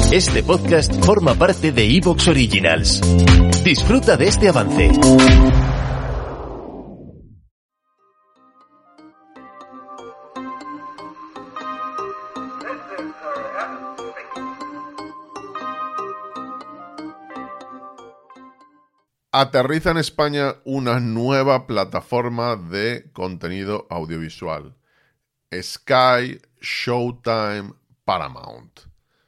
Este podcast forma parte de Evox Originals. Disfruta de este avance. Aterriza en España una nueva plataforma de contenido audiovisual. Sky, Showtime, Paramount.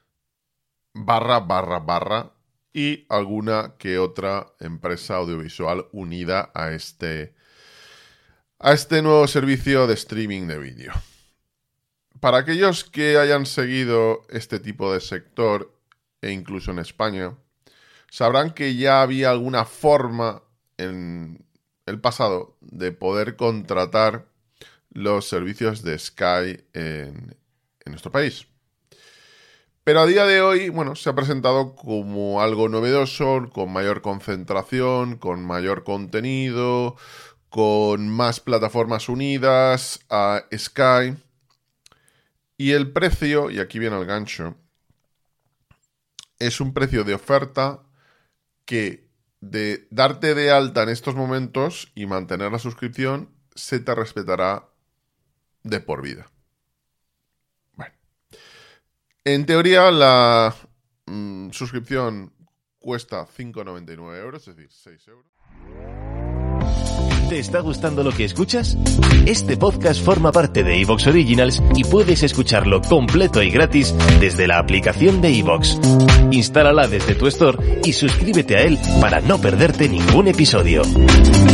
/ y alguna que otra empresa audiovisual unida a este nuevo servicio de streaming de vídeo. Para aquellos que hayan seguido este tipo de sector, e incluso en España, sabrán que ya había alguna forma en el pasado de poder contratar los servicios de Sky en nuestro país. Pero a día de hoy, se ha presentado como algo novedoso, con mayor concentración, con mayor contenido, con más plataformas unidas a Sky. Y el precio, y aquí viene el gancho, es un precio de oferta que de darte de alta en estos momentos y mantener la suscripción se te respetará de por vida. Bueno, en teoría la suscripción cuesta 5,99 euros, es decir, 6 euros. ¿Te está gustando lo que escuchas? Este podcast forma parte de Evox Originals y puedes escucharlo completo y gratis desde la aplicación de Evox. Instálala desde tu store y suscríbete a él para no perderte ningún episodio.